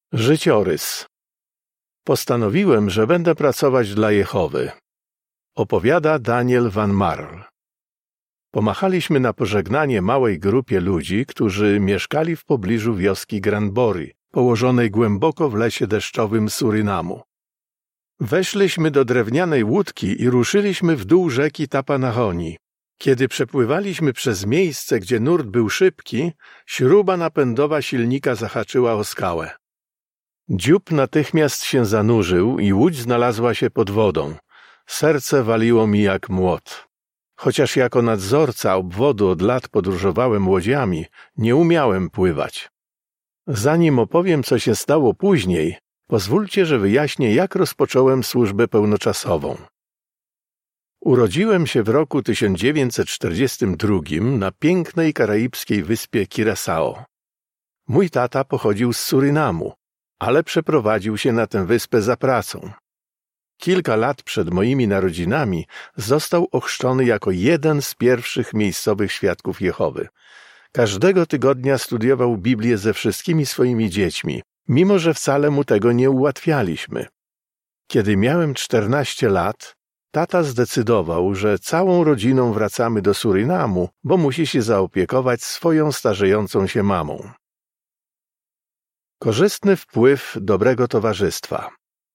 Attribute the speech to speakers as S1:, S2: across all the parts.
S1: Życiorys. Postanowiłem, że będę pracować dla Jehowy. Opowiada Daniel Van Marl. Pomachaliśmy na pożegnanie małej grupie ludzi, którzy mieszkali w pobliżu wioski Granbury, położonej głęboko w lesie deszczowym Surynamu. Weszliśmy do drewnianej łódki i ruszyliśmy w dół rzeki Tapanahoni. Kiedy przepływaliśmy przez miejsce, gdzie nurt był szybki, śruba napędowa silnika zahaczyła o skałę. Dziób natychmiast się zanurzył i łódź znalazła się pod wodą. Serce waliło mi jak młot. Chociaż jako nadzorca obwodu od lat podróżowałem łodziami, nie umiałem pływać. Zanim opowiem, co się stało później, pozwólcie, że wyjaśnię, jak rozpocząłem służbę pełnoczasową. Urodziłem się w roku 1942 na pięknej karaibskiej wyspie Curaçao. Mój tata pochodził z Surynamu, ale przeprowadził się na tę wyspę za pracą. Kilka lat przed moimi narodzinami został ochrzczony jako jeden z pierwszych miejscowych świadków Jehowy. Każdego tygodnia studiował Biblię ze wszystkimi swoimi dziećmi, mimo że wcale mu tego nie ułatwialiśmy. Kiedy miałem 14 lat, tata zdecydował, że całą rodziną wracamy do Surynamu, bo musi się zaopiekować swoją starzejącą się mamą. Korzystny wpływ dobrego towarzystwa.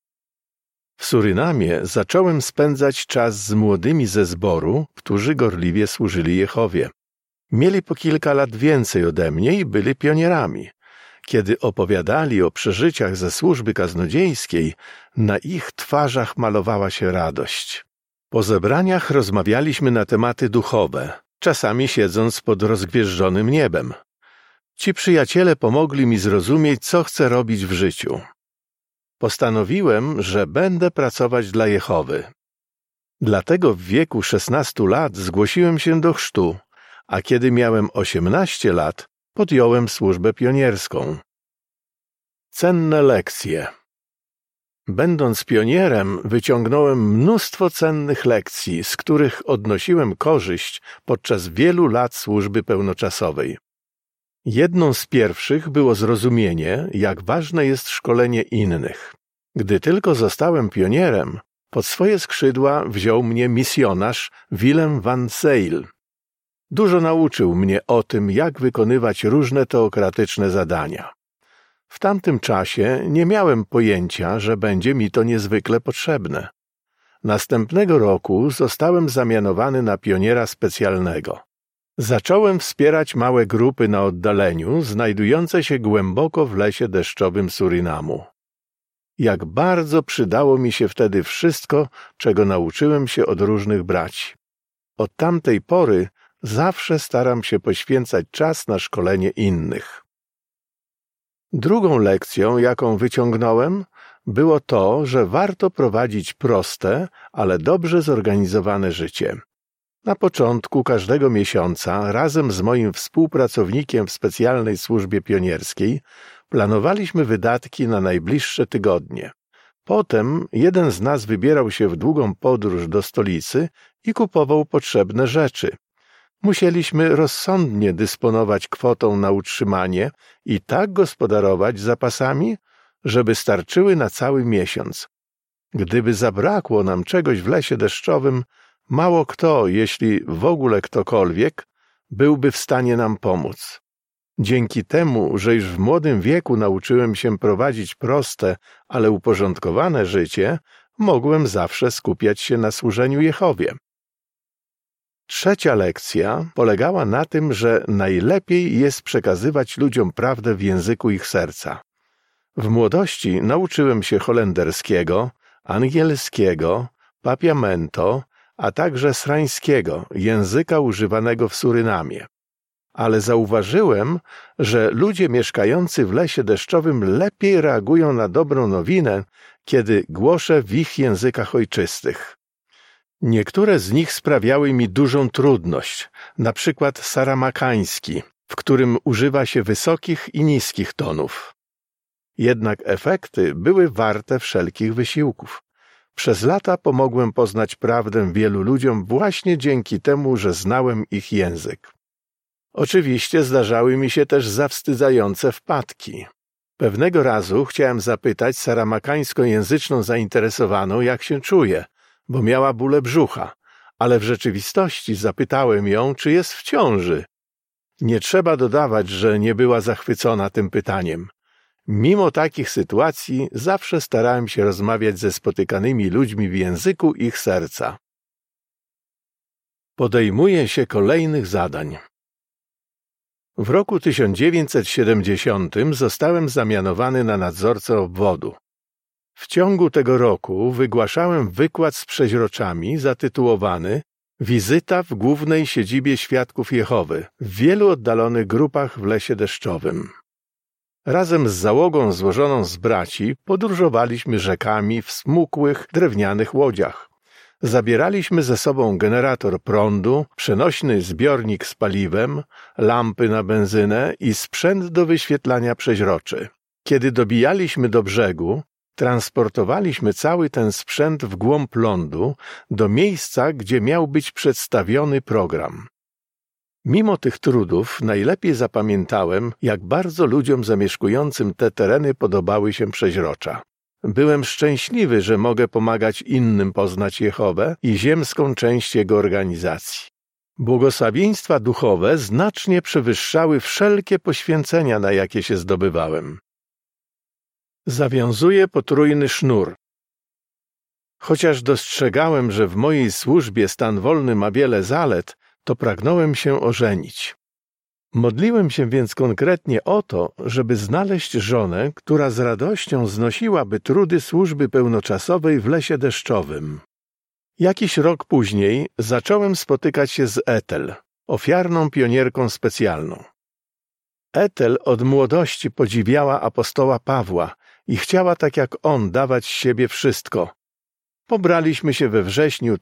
S1: W Surynamie zacząłem spędzać czas z młodymi ze zboru, którzy gorliwie służyli Jehowie. Mieli po kilka lat więcej ode mnie i byli pionierami. Kiedy opowiadali o przeżyciach ze służby kaznodziejskiej, na ich twarzach malowała się radość. Po zebraniach rozmawialiśmy na tematy duchowe, czasami siedząc pod rozgwieżdżonym niebem. Ci przyjaciele pomogli mi zrozumieć, co chcę robić w życiu. Postanowiłem, że będę pracować dla Jehowy. Dlatego w wieku 16 lat zgłosiłem się do chrztu, a kiedy miałem 18 lat, podjąłem służbę pionierską. Cenne lekcje. Będąc pionierem, wyciągnąłem mnóstwo cennych lekcji, z których odnosiłem korzyść podczas wielu lat służby pełnoczasowej. Jedną z pierwszych było zrozumienie, jak ważne jest szkolenie innych. Gdy tylko zostałem pionierem, pod swoje skrzydła wziął mnie misjonarz Willem van Zyl. Dużo nauczył mnie o tym, jak wykonywać różne teokratyczne zadania. W tamtym czasie nie miałem pojęcia, że będzie mi to niezwykle potrzebne. Następnego roku zostałem zamianowany na pioniera specjalnego. Zacząłem wspierać małe grupy na oddaleniu, znajdujące się głęboko w lesie deszczowym Surynamu. Jak bardzo przydało mi się wtedy wszystko, czego nauczyłem się od różnych braci. Od tamtej pory zawsze staram się poświęcać czas na szkolenie innych. Drugą lekcją, jaką wyciągnąłem, było to, że warto prowadzić proste, ale dobrze zorganizowane życie. Na początku każdego miesiąca razem z moim współpracownikiem w specjalnej służbie pionierskiej planowaliśmy wydatki na najbliższe tygodnie. Potem jeden z nas wybierał się w długą podróż do stolicy i kupował potrzebne rzeczy. Musieliśmy rozsądnie dysponować kwotą na utrzymanie i tak gospodarować zapasami, żeby starczyły na cały miesiąc. Gdyby zabrakło nam czegoś w lesie deszczowym, mało kto, jeśli w ogóle ktokolwiek, byłby w stanie nam pomóc. Dzięki temu, że już w młodym wieku nauczyłem się prowadzić proste, ale uporządkowane życie, mogłem zawsze skupiać się na służeniu Jehowie. Trzecia lekcja polegała na tym, że najlepiej jest przekazywać ludziom prawdę w języku ich serca. W młodości nauczyłem się holenderskiego, angielskiego, papiamento, a także srańskiego, języka używanego w Surynamie. Ale zauważyłem, że ludzie mieszkający w lesie deszczowym lepiej reagują na dobrą nowinę, kiedy głoszę w ich językach ojczystych. Niektóre z nich sprawiały mi dużą trudność, na przykład saramakański, w którym używa się wysokich i niskich tonów. Jednak efekty były warte wszelkich wysiłków. Przez lata pomogłem poznać prawdę wielu ludziom właśnie dzięki temu, że znałem ich język. Oczywiście zdarzały mi się też zawstydzające wpadki. Pewnego razu chciałem zapytać saramakańskojęzyczną zainteresowaną, jak się czuje, bo miała bóle brzucha, ale w rzeczywistości zapytałem ją, czy jest w ciąży. Nie trzeba dodawać, że nie była zachwycona tym pytaniem. Mimo takich sytuacji zawsze starałem się rozmawiać ze spotykanymi ludźmi w języku ich serca. Podejmuję się kolejnych zadań. W roku 1970 zostałem zamianowany na nadzorcę obwodu. W ciągu tego roku wygłaszałem wykład z przeźroczami zatytułowany „Wizyta w głównej siedzibie Świadków Jehowy w wielu oddalonych grupach w lesie deszczowym”. Razem z załogą złożoną z braci podróżowaliśmy rzekami w smukłych, drewnianych łodziach. Zabieraliśmy ze sobą generator prądu, przenośny zbiornik z paliwem, lampy na benzynę i sprzęt do wyświetlania przeźroczy. Kiedy dobijaliśmy do brzegu, transportowaliśmy cały ten sprzęt w głąb lądu do miejsca, gdzie miał być przedstawiony program. Mimo tych trudów najlepiej zapamiętałem, jak bardzo ludziom zamieszkującym te tereny podobały się przeźrocza. Byłem szczęśliwy, że mogę pomagać innym poznać Jehowę i ziemską część Jego organizacji. Błogosławieństwa duchowe znacznie przewyższały wszelkie poświęcenia, na jakie się zdobywałem. Zawiązuję potrójny sznur. Chociaż dostrzegałem, że w mojej służbie stan wolny ma wiele zalet, to pragnąłem się ożenić. Modliłem się więc konkretnie o to, żeby znaleźć żonę, która z radością znosiłaby trudy służby pełnoczasowej w lesie deszczowym. Jakiś rok później zacząłem spotykać się z Ethel, ofiarną pionierką specjalną. Ethel od młodości podziwiała apostoła Pawła i chciała tak jak on dawać z siebie wszystko. Pobraliśmy się we wrześniu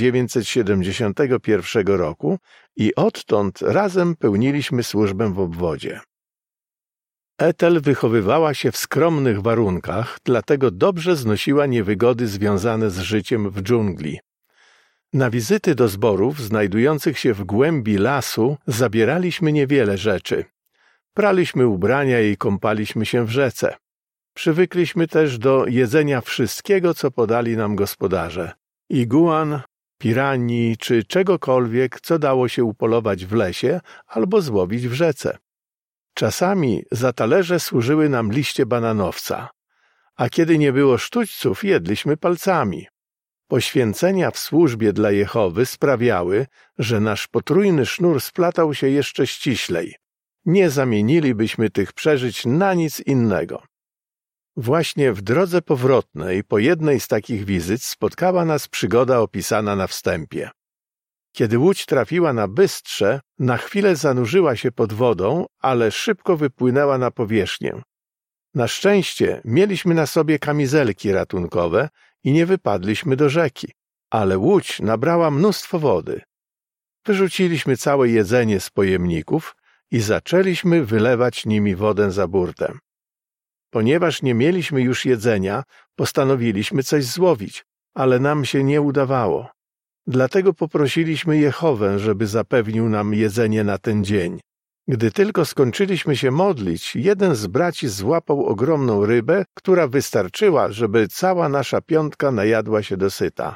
S1: 1971 roku i odtąd razem pełniliśmy służbę w obwodzie. Ethel wychowywała się w skromnych warunkach, dlatego dobrze znosiła niewygody związane z życiem w dżungli. Na wizyty do zborów znajdujących się w głębi lasu zabieraliśmy niewiele rzeczy. Praliśmy ubrania i kąpaliśmy się w rzece. Przywykliśmy też do jedzenia wszystkiego, co podali nam gospodarze. Iguan, piranii czy czegokolwiek, co dało się upolować w lesie albo złowić w rzece. Czasami za talerze służyły nam liście bananowca, a kiedy nie było sztućców, jedliśmy palcami. Poświęcenia w służbie dla Jehowy sprawiały, że nasz potrójny sznur splatał się jeszcze ściślej. Nie zamienilibyśmy tych przeżyć na nic innego. Właśnie w drodze powrotnej po jednej z takich wizyt spotkała nas przygoda opisana na wstępie. Kiedy łódź trafiła na Bystrze, na chwilę zanurzyła się pod wodą, ale szybko wypłynęła na powierzchnię. Na szczęście mieliśmy na sobie kamizelki ratunkowe i nie wypadliśmy do rzeki, ale łódź nabrała mnóstwo wody. Wyrzuciliśmy całe jedzenie z pojemników i zaczęliśmy wylewać nimi wodę za burtę. Ponieważ nie mieliśmy już jedzenia, postanowiliśmy coś złowić, ale nam się nie udawało. Dlatego poprosiliśmy Jehowę, żeby zapewnił nam jedzenie na ten dzień. Gdy tylko skończyliśmy się modlić, jeden z braci złapał ogromną rybę, która wystarczyła, żeby cała nasza piątka najadła się dosyta.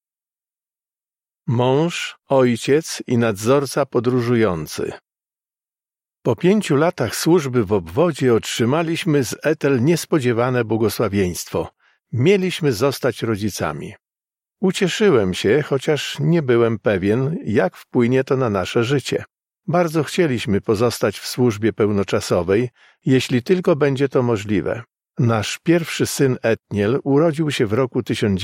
S1: Mąż, ojciec i nadzorca podróżujący. Po 5 latach służby w obwodzie otrzymaliśmy z Ethel niespodziewane błogosławieństwo. Mieliśmy zostać rodzicami. Ucieszyłem się, chociaż nie byłem pewien, jak wpłynie to na nasze życie. Bardzo chcieliśmy pozostać w służbie pełnoczasowej, jeśli tylko będzie to możliwe. Nasz pierwszy syn Etniel urodził się w roku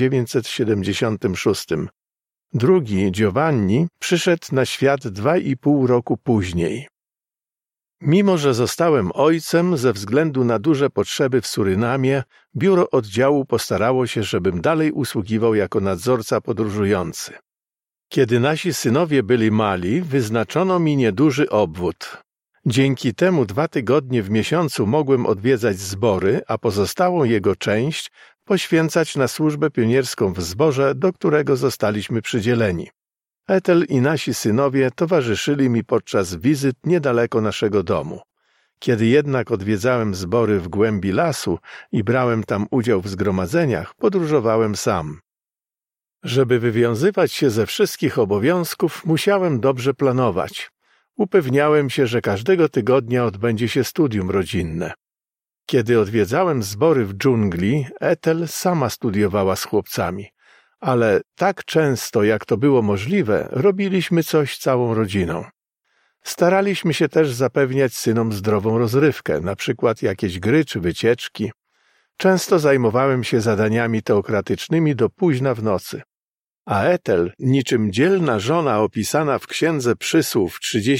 S1: 1976. Drugi, Giovanni, przyszedł na świat 2,5 roku później. Mimo że zostałem ojcem, ze względu na duże potrzeby w Surynamie, biuro oddziału postarało się, żebym dalej usługiwał jako nadzorca podróżujący. Kiedy nasi synowie byli mali, wyznaczono mi nieduży obwód. Dzięki temu 2 tygodnie w miesiącu mogłem odwiedzać zbory, a pozostałą jego część poświęcać na służbę pionierską w zborze, do którego zostaliśmy przydzieleni. Ethel i nasi synowie towarzyszyli mi podczas wizyt niedaleko naszego domu. Kiedy jednak odwiedzałem zbory w głębi lasu i brałem tam udział w zgromadzeniach, podróżowałem sam. Żeby wywiązywać się ze wszystkich obowiązków, musiałem dobrze planować. Upewniałem się, że każdego tygodnia odbędzie się studium rodzinne. Kiedy odwiedzałem zbory w dżungli, Ethel sama studiowała z chłopcami, ale tak często, jak to było możliwe, robiliśmy coś całą rodziną. Staraliśmy się też zapewniać synom zdrową rozrywkę, na przykład jakieś gry czy wycieczki. Często zajmowałem się zadaniami teokratycznymi do późna w nocy. A Ethel, niczym dzielna żona opisana w Księdze Przysłów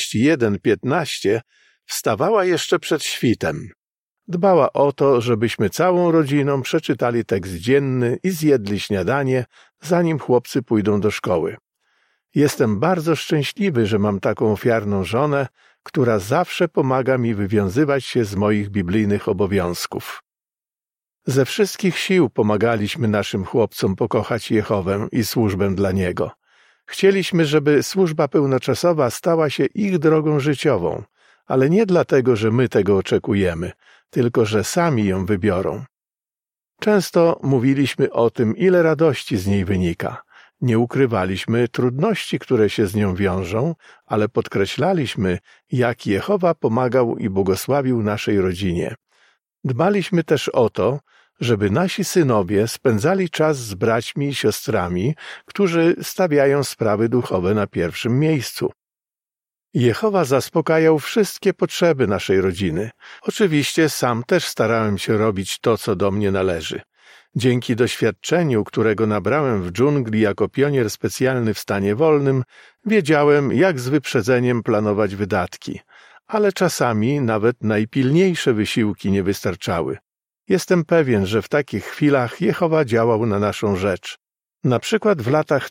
S1: 31:15, wstawała jeszcze przed świtem. Dbała o to, żebyśmy całą rodziną przeczytali tekst dzienny i zjedli śniadanie, zanim chłopcy pójdą do szkoły. Jestem bardzo szczęśliwy, że mam taką ofiarną żonę, która zawsze pomaga mi wywiązywać się z moich biblijnych obowiązków. Ze wszystkich sił pomagaliśmy naszym chłopcom pokochać Jehowę i służbę dla Niego. Chcieliśmy, żeby służba pełnoczasowa stała się ich drogą życiową, ale nie dlatego, że my tego oczekujemy, tylko że sami ją wybiorą. Często mówiliśmy o tym, ile radości z niej wynika. Nie ukrywaliśmy trudności, które się z nią wiążą, ale podkreślaliśmy, jak Jehowa pomagał i błogosławił naszej rodzinie. Dbaliśmy też o to, żeby nasi synowie spędzali czas z braćmi i siostrami, którzy stawiają sprawy duchowe na pierwszym miejscu. Jehowa zaspokajał wszystkie potrzeby naszej rodziny. Oczywiście sam też starałem się robić to, co do mnie należy. Dzięki doświadczeniu, którego nabrałem w dżungli jako pionier specjalny w stanie wolnym, wiedziałem, jak z wyprzedzeniem planować wydatki, ale czasami nawet najpilniejsze wysiłki nie wystarczały. Jestem pewien, że w takich chwilach Jehowa działał na naszą rzecz. Na przykład w latach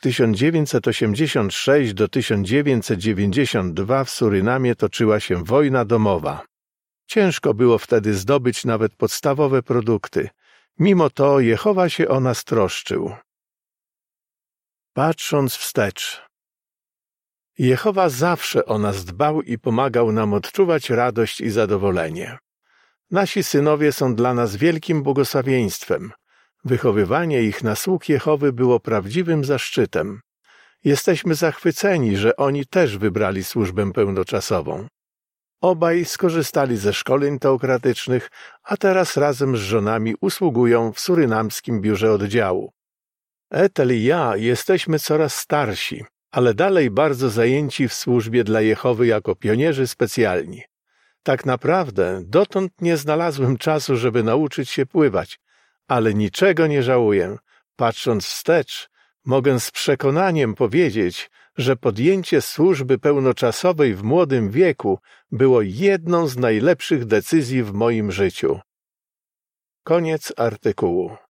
S1: 1986 do 1992 w Surynamie toczyła się wojna domowa. Ciężko było wtedy zdobyć nawet podstawowe produkty. Mimo to Jehowa się o nas troszczył. Patrząc wstecz. Jehowa zawsze o nas dbał i pomagał nam odczuwać radość i zadowolenie. Nasi synowie są dla nas wielkim błogosławieństwem. Wychowywanie ich na sług Jehowy było prawdziwym zaszczytem. Jesteśmy zachwyceni, że oni też wybrali służbę pełnoczasową. Obaj skorzystali ze szkoleń teokratycznych, a teraz razem z żonami usługują w surynamskim biurze oddziału. Ethel i ja jesteśmy coraz starsi, ale dalej bardzo zajęci w służbie dla Jehowy jako pionierzy specjalni. Tak naprawdę dotąd nie znalazłem czasu, żeby nauczyć się pływać, ale niczego nie żałuję. Patrząc wstecz, mogę z przekonaniem powiedzieć, że podjęcie służby pełnoczasowej w młodym wieku było jedną z najlepszych decyzji w moim życiu. Koniec artykułu.